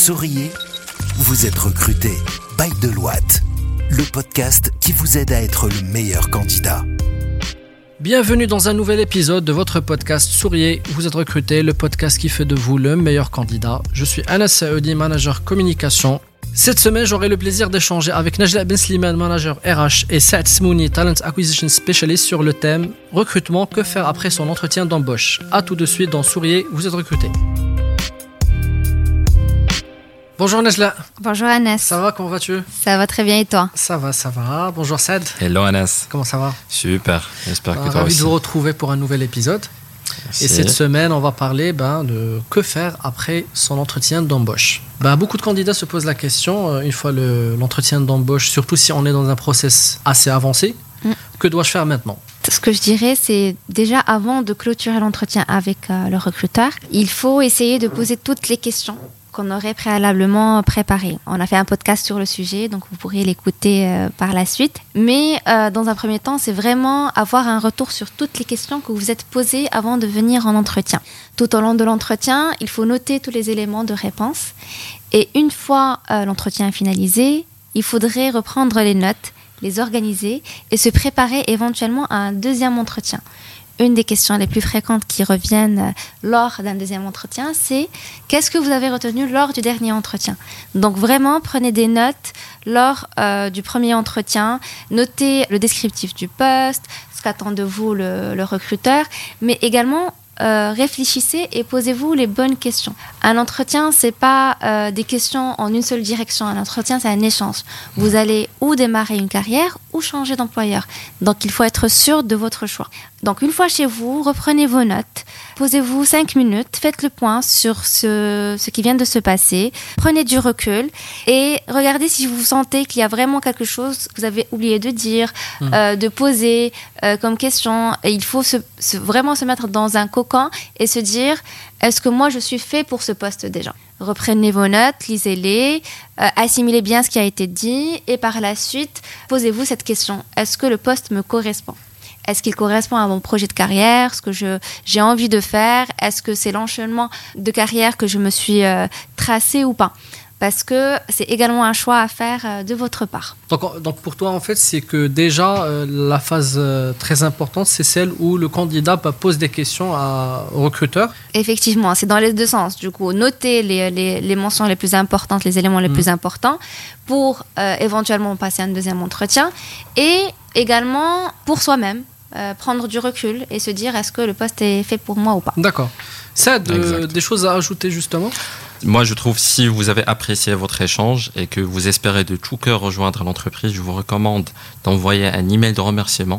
Souriez, vous êtes recruté by Deloitte, le podcast qui vous aide à être le meilleur candidat. Bienvenue dans un nouvel épisode de votre podcast Souriez, vous êtes recruté, le podcast qui fait de vous le meilleur candidat. Je suis Anas Saoudi, manager communication. Cette semaine, j'aurai le plaisir d'échanger avec Najla Ben Slimane, manager RH, et Saad Smouni, Talent Acquisition Specialist sur le thème recrutement, que faire après son entretien d'embauche. A tout de suite dans Souriez, vous êtes recruté. Bonjour Najla. Bonjour Anas. Ça va, comment vas-tu? Ça va très bien et toi? Ça va. Bonjour Saad. Hello Anas. Comment ça va? Super, j'espère que toi ravi aussi. de vous retrouver pour un nouvel épisode. Merci. Et cette semaine, on va parler de que faire après son entretien d'embauche. Beaucoup de candidats se posent la question, une fois l'entretien d'embauche, surtout si on est dans un process assez avancé, que dois-je faire maintenant? Ce que je dirais, c'est déjà avant de clôturer l'entretien avec le recruteur, il faut essayer de poser toutes les questions qu'on aurait préalablement préparées. On a fait un podcast sur le sujet, donc vous pourrez l'écouter par la suite. Mais dans un premier temps, c'est vraiment avoir un retour sur toutes les questions que vous êtes posées avant de venir en entretien. Tout au long de l'entretien, il faut noter tous les éléments de réponse. Et une fois l'entretien finalisé, il faudrait reprendre les notes, les organiser et se préparer éventuellement à un deuxième entretien. Une des questions les plus fréquentes qui reviennent lors d'un deuxième entretien, c'est qu'est-ce que vous avez retenu lors du dernier entretien? Donc vraiment, prenez des notes lors du premier entretien, notez le descriptif du poste, ce qu'attend de vous le recruteur, mais également réfléchissez et posez-vous les bonnes questions. Un entretien, c'est pas des questions en une seule direction. Un entretien, c'est un échange. Vous allez ou démarrer une carrière ou changer d'employeur. Donc, il faut être sûr de votre choix. Donc, une fois chez vous, reprenez vos notes, posez-vous 5 minutes, faites le point sur ce qui vient de se passer, prenez du recul et regardez si vous sentez qu'il y a vraiment quelque chose que vous avez oublié de dire, de poser comme question. Et il faut vraiment se mettre dans un cocon et se dire, est-ce que moi je suis fait pour ce poste déjà? Reprenez vos notes, lisez-les, assimilez bien ce qui a été dit et par la suite, posez-vous cette question. Est-ce que le poste me correspond? Est-ce qu'il correspond à mon projet de carrière, ce que j'ai envie de faire? Est-ce que c'est l'enchaînement de carrière que je me suis tracé ou pas? Parce que c'est également un choix à faire de votre part. Donc pour toi, en fait, c'est que déjà, la phase très importante, c'est celle où le candidat pose des questions au recruteur. Effectivement, c'est dans les deux sens. Du coup, notez les mentions les plus importantes, les éléments les plus importants pour éventuellement passer un deuxième entretien. Et également, pour soi-même, prendre du recul et se dire est-ce que le poste est fait pour moi ou pas. D'accord. Ça, des choses à ajouter justement? Moi, je trouve si vous avez apprécié votre échange et que vous espérez de tout cœur rejoindre l'entreprise, je vous recommande d'envoyer un email de remerciement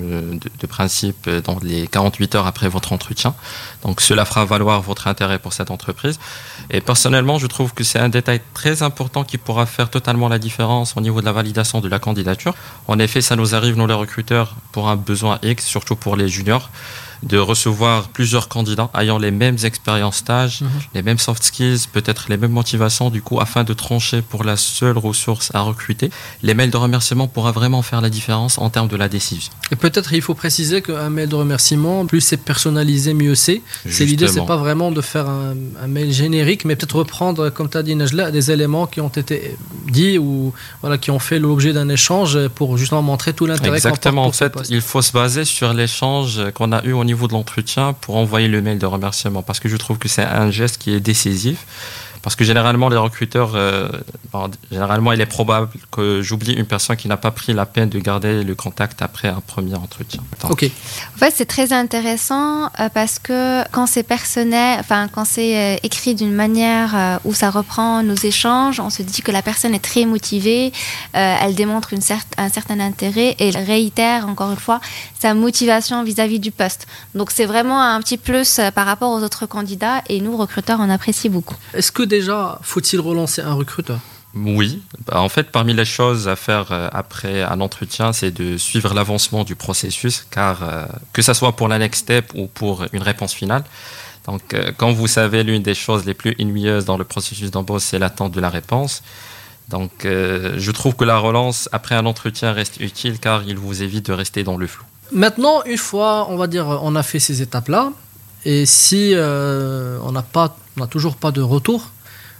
de principe dans les 48 heures après votre entretien. Donc cela fera valoir votre intérêt pour cette entreprise. Et personnellement, je trouve que c'est un détail très important qui pourra faire totalement la différence au niveau de la validation de la candidature. En effet, ça nous arrive, nous les recruteurs, pour un besoin X, surtout pour les juniors, de recevoir plusieurs candidats ayant les mêmes expériences stage, les mêmes soft skills, peut-être les mêmes motivations, du coup, afin de trancher pour la seule ressource à recruter. Les mails de remerciement pourra vraiment faire la différence en termes de la décision. Et peut-être il faut préciser qu'un mail de remerciement, plus c'est personnalisé, mieux c'est. L'idée, c'est pas vraiment de faire un mail générique, mais peut-être reprendre, comme tu as dit Najla, des éléments qui ont été dits ou qui ont fait l'objet d'un échange pour justement montrer tout l'intérêt. Exactement, en fait, il faut se baser sur l'échange qu'on a eu au niveau de l'entretien pour envoyer le mail de remerciement, parce que je trouve que c'est un geste qui est décisif. Parce que généralement, les recruteurs, généralement, il est probable que j'oublie une personne qui n'a pas pris la peine de garder le contact après un premier entretien. Ok. En fait, c'est très intéressant parce que quand c'est personnel, quand c'est écrit d'une manière où ça reprend nos échanges, on se dit que la personne est très motivée, elle démontre un certain intérêt et elle réitère encore une fois sa motivation vis-à-vis du poste. Donc, c'est vraiment un petit plus par rapport aux autres candidats et nous, recruteurs, on apprécie beaucoup. Est-ce que déjà, faut-il relancer un recruteur? Oui. En fait, parmi les choses à faire après un entretien, c'est de suivre l'avancement du processus, car que ce soit pour la next step ou pour une réponse finale. Donc, comme vous savez, l'une des choses les plus ennuyeuses dans le processus d'embauche, c'est l'attente de la réponse. Donc, je trouve que la relance après un entretien reste utile, car il vous évite de rester dans le flou. Maintenant, une fois, on a fait ces étapes-là, et si on n'a toujours pas de retour,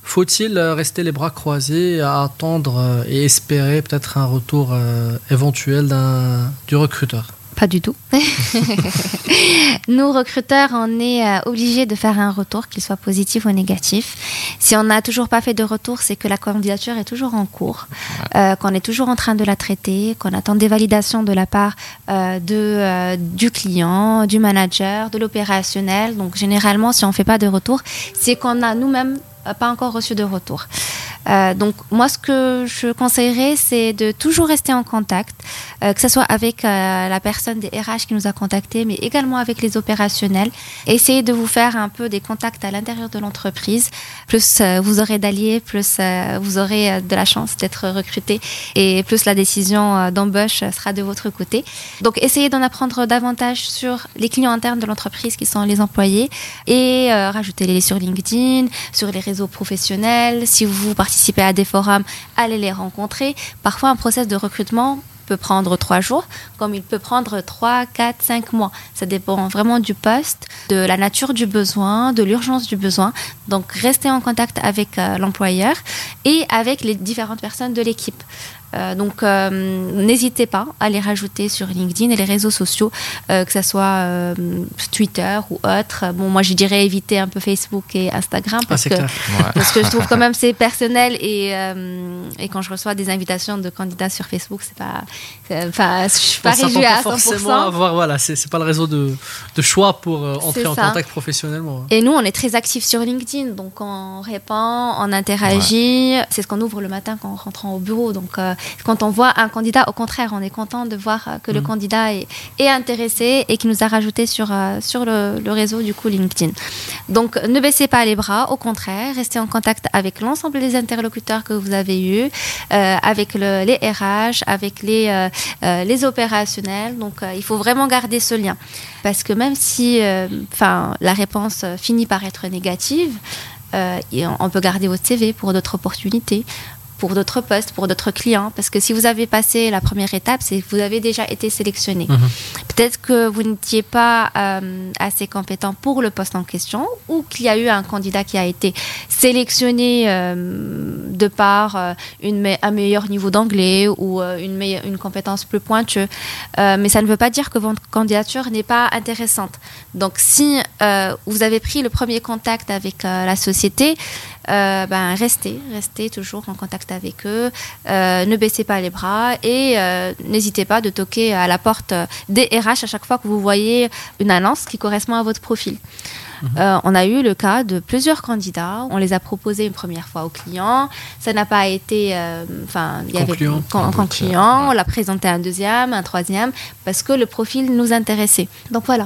Faut-il rester les bras croisés à attendre et espérer peut-être un retour éventuel du recruteur? Pas du tout. Nous, recruteurs, on est obligés de faire un retour, qu'il soit positif ou négatif. Si on n'a toujours pas fait de retour, c'est que la candidature est toujours en cours, qu'on est toujours en train de la traiter, qu'on attend des validations de la part du client, du manager, de l'opérationnel. Donc, généralement, si on ne fait pas de retour, c'est qu'on a nous-mêmes pas encore reçu de retour. Donc moi, ce que je conseillerais, c'est de toujours rester en contact, que ce soit avec la personne des RH qui nous a contactés, mais également avec les opérationnels. Essayez de vous faire un peu des contacts à l'intérieur de l'entreprise. Plus vous aurez d'alliés, plus vous aurez de la chance d'être recruté, et plus la décision d'embauche sera de votre côté. Donc essayez d'en apprendre davantage sur les clients internes de l'entreprise qui sont les employés, et rajoutez-les sur LinkedIn, sur les réseaux professionnels. Si vous participez à des forums, allez les rencontrer. Parfois, un process de recrutement peut prendre 3 jours, comme il peut prendre 3, 4, 5 mois. Ça dépend vraiment du poste, de la nature du besoin, de l'urgence du besoin. Donc, restez en contact avec l'employeur et avec les différentes personnes de l'équipe. Donc, n'hésitez pas à les rajouter sur LinkedIn et les réseaux sociaux, que ce soit Twitter ou autre. Bon, moi, je dirais éviter un peu Facebook et Instagram parce que je trouve quand même c'est personnel, et quand je reçois des invitations de candidats sur Facebook, c'est pas, je suis pas réduite à 100%. Forcément avoir, voilà, c'est pas le réseau de choix pour entrer en contact professionnellement. Et nous, on est très actifs sur LinkedIn, donc on répond, on interagit. Ouais. C'est ce qu'on ouvre le matin quand on rentre au bureau. Donc quand on voit un candidat, au contraire, on est content de voir que le candidat est intéressé et qu'il nous a rajouté sur le réseau du coup LinkedIn. Donc ne baissez pas les bras, au contraire, restez en contact avec l'ensemble des interlocuteurs que vous avez eus, avec les RH, avec les opérationnels. Donc il faut vraiment garder ce lien, parce que même si la réponse finit par être négative, on peut garder votre CV pour d'autres opportunités, pour d'autres postes, pour d'autres clients, parce que si vous avez passé la première étape, c'est que vous avez déjà été sélectionné. Peut-être que vous n'étiez pas assez compétent pour le poste en question, ou qu'il y a eu un candidat qui a été sélectionné de par un meilleur niveau d'anglais ou une compétence plus pointueuse. Mais ça ne veut pas dire que votre candidature n'est pas intéressante. Donc si vous avez pris le premier contact avec la société, restez toujours en contact avec eux, ne baissez pas les bras, et n'hésitez pas de toquer à la porte des RH à chaque fois que vous voyez une annonce qui correspond à votre profil. On a eu le cas de plusieurs candidats, on les a proposés une première fois aux clients, ça n'a pas été concluant, on l'a présenté un deuxième, un troisième, parce que le profil nous intéressait. Donc voilà.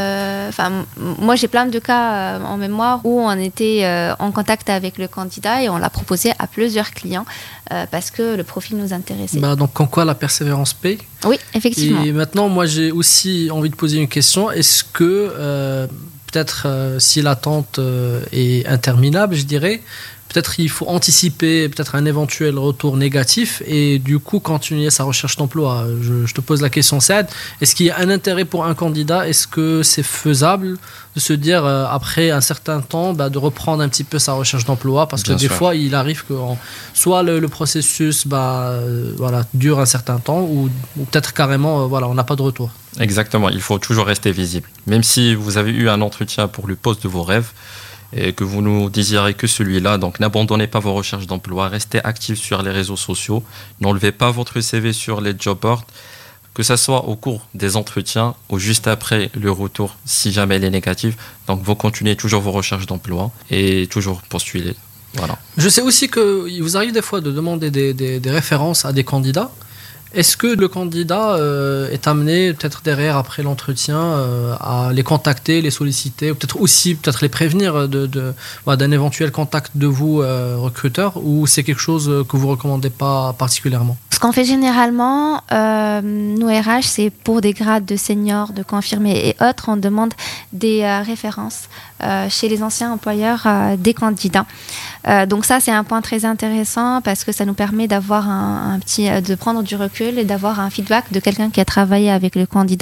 Moi j'ai plein de cas en mémoire où on était en contact avec le candidat et on l'a proposé à plusieurs clients parce que le profil nous intéressait. Donc en quoi la persévérance paye? Oui, effectivement. Et maintenant, moi j'ai aussi envie de poser une question. Est-ce que peut-être si l'attente est interminable, je dirais, peut-être il faut anticiper peut-être un éventuel retour négatif et du coup continuer sa recherche d'emploi. Je te pose la question, Saad. Est-ce qu'il y a un intérêt pour un candidat? Est-ce que c'est faisable de se dire après un certain temps de reprendre un petit peu sa recherche d'emploi? Parce que des fois il arrive que soit le processus dure un certain temps ou peut-être carrément on n'a pas de retour. Exactement, il faut toujours rester visible. Même si vous avez eu un entretien pour le poste de vos rêves, et que vous ne désirez que celui-là, donc n'abandonnez pas vos recherches d'emploi, restez actifs sur les réseaux sociaux, n'enlevez pas votre CV sur les job boards, que ce soit au cours des entretiens ou juste après le retour, si jamais il est négatif. Donc vous continuez toujours vos recherches d'emploi et toujours postuler. Voilà. Je sais aussi qu'il vous arrive des fois de demander des références à des candidats. Est-ce que le candidat est amené, peut-être derrière, après l'entretien, à les contacter, les solliciter, ou peut-être les prévenir d'un éventuel contact de vous, recruteur, ou c'est quelque chose que vous ne recommandez pas particulièrement? Ce qu'on fait généralement, nous RH, c'est pour des grades de senior, de confirmé et autres, on demande des références chez les anciens employeurs des candidats. Donc ça, c'est un point très intéressant parce que ça nous permet d'avoir de prendre du recul et d'avoir un feedback de quelqu'un qui a travaillé avec le candidat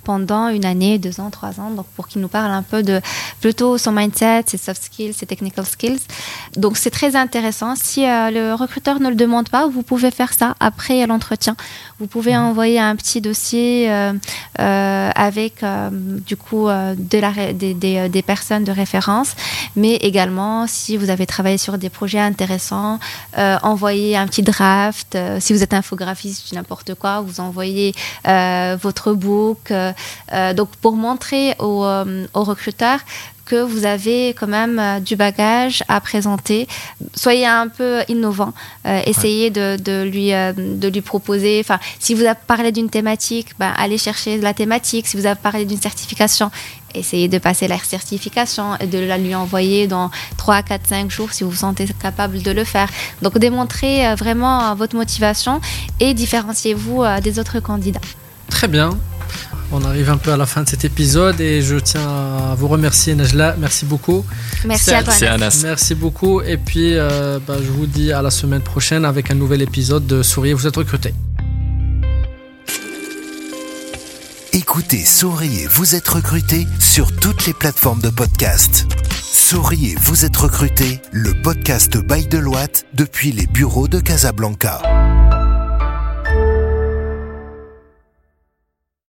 pendant 1 année, 2 ans, 3 ans, donc pour qu'il nous parle un peu de plutôt son mindset, ses soft skills, ses technical skills. Donc c'est très intéressant. Si le recruteur ne le demande pas, vous pouvez faire ça après l'entretien. Vous pouvez envoyer un petit dossier avec du coup des personnes de référence, mais également si vous avez travaillé sur des projets intéressants, envoyez un petit draft. Si vous êtes infographiste, n'importe quoi, vous envoyez votre book. Donc pour montrer aux recruteurs que vous avez quand même du bagage à présenter. Soyez un peu innovant. Essayez de lui proposer. Enfin, si vous avez parlé d'une thématique, allez chercher la thématique. Si vous avez parlé d'une certification, essayez de passer la certification et de la lui envoyer dans 3, 4, 5 jours si vous vous sentez capable de le faire. Donc, démontrez vraiment votre motivation et différenciez-vous des autres candidats. Très bien. On arrive un peu à la fin de cet épisode et je tiens à vous remercier, Najla. Merci beaucoup. Merci à toi, Anas. Merci beaucoup. Et puis, je vous dis à la semaine prochaine avec un nouvel épisode de Souriez, vous êtes recruté. Écoutez Souriez, vous êtes recruté sur toutes les plateformes de podcast. Souriez, vous êtes recruté, le podcast by Deloitte depuis les bureaux de Casablanca.